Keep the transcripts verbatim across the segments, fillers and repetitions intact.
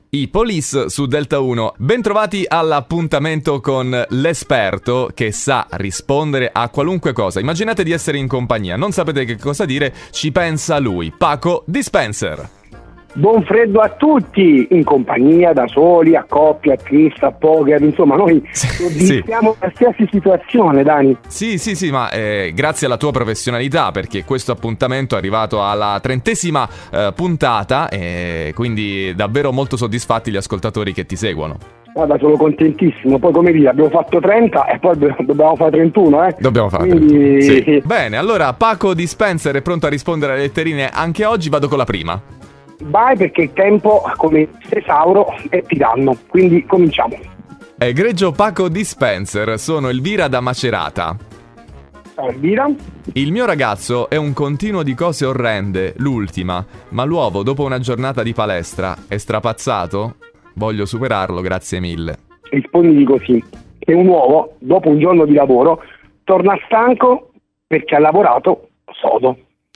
I Police su Delta uno. Bentrovati all'appuntamento con l'esperto che sa rispondere a qualunque cosa. Immaginate di essere in compagnia, non sapete che cosa dire, ci pensa lui, Paco Dispenser. Buon freddo a tutti, in compagnia, da soli, a coppia, a tris, a poker, insomma noi soddisfiamo sì. qualsiasi situazione, Dani. Sì, sì, sì, ma eh, grazie alla tua professionalità, perché questo appuntamento è arrivato alla trentesima eh, puntata e quindi davvero molto soddisfatti gli ascoltatori che ti seguono. Guarda, sono contentissimo, poi come dire, abbiamo fatto trenta e poi dobbiamo fare trentuno, eh? Dobbiamo fare Quindi... trentuno, sì. Bene, allora Paco Dispenser è pronto a rispondere alle letterine anche oggi, vado con la prima. Vai, perché il tempo, come tesauro, è tiranno, quindi cominciamo. Egregio Paco Dispenser, sono Elvira da Macerata. Ciao Elvira. Il mio ragazzo è un continuo di cose orrende, l'ultima, ma l'uovo dopo una giornata di palestra è strapazzato? Voglio superarlo, grazie mille. Rispondi così, che un uovo, dopo un giorno di lavoro, torna stanco perché ha lavorato sodo.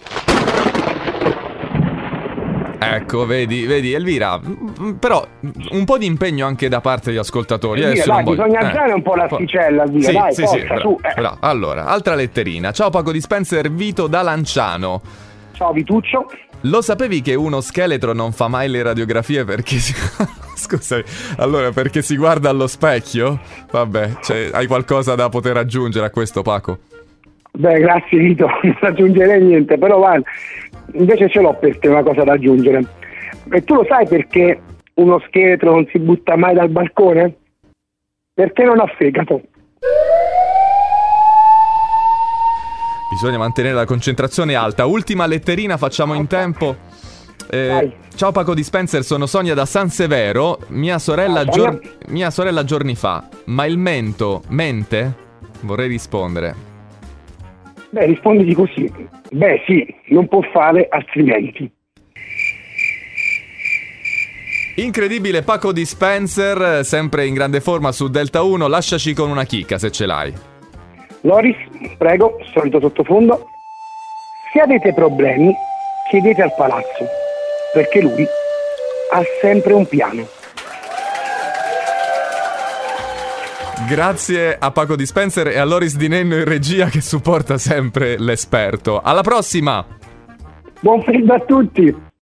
Ecco, vedi, vedi Elvira, però un po' di impegno anche da parte degli ascoltatori. Elvira, dai, voglio... bisogna eh. alzare un po' l'asticella, Elvira, sì, dai, sì, forza, sì, bravo, su. Eh. Bravo. Allora, altra letterina. Ciao Paco Dispenser, Vito da Lanciano. Ciao Vituccio. Lo sapevi che uno scheletro non fa mai le radiografie perché si... Scusami, allora perché si guarda allo specchio? Vabbè, cioè, hai qualcosa da poter aggiungere a questo, Paco? Beh, grazie Vito, non aggiungerei niente, però guarda, invece ce l'ho per te una cosa da aggiungere. E tu lo sai perché uno scheletro non si butta mai dal balcone? Perché non ha fegato. Bisogna mantenere la concentrazione alta. Ultima letterina, facciamo in tempo. Eh, ciao Paco Dispenser, sono Sonia da San Severo. Mia sorella, ciao, gior- mia sorella giorni fa. Ma il mento mente? Vorrei rispondere. Beh, rispondi così. Beh sì, non può fare altrimenti. Incredibile Paco Dispenser, sempre in grande forma su Delta uno. Lasciaci con una chicca se ce l'hai. Loris, prego, solito sottofondo. Se avete problemi, chiedete al palazzo, perché lui ha sempre un piano. Grazie a Paco Dispenser e a Loris Di Nenno in regia che supporta sempre l'esperto. Alla prossima! Buon freddo a tutti!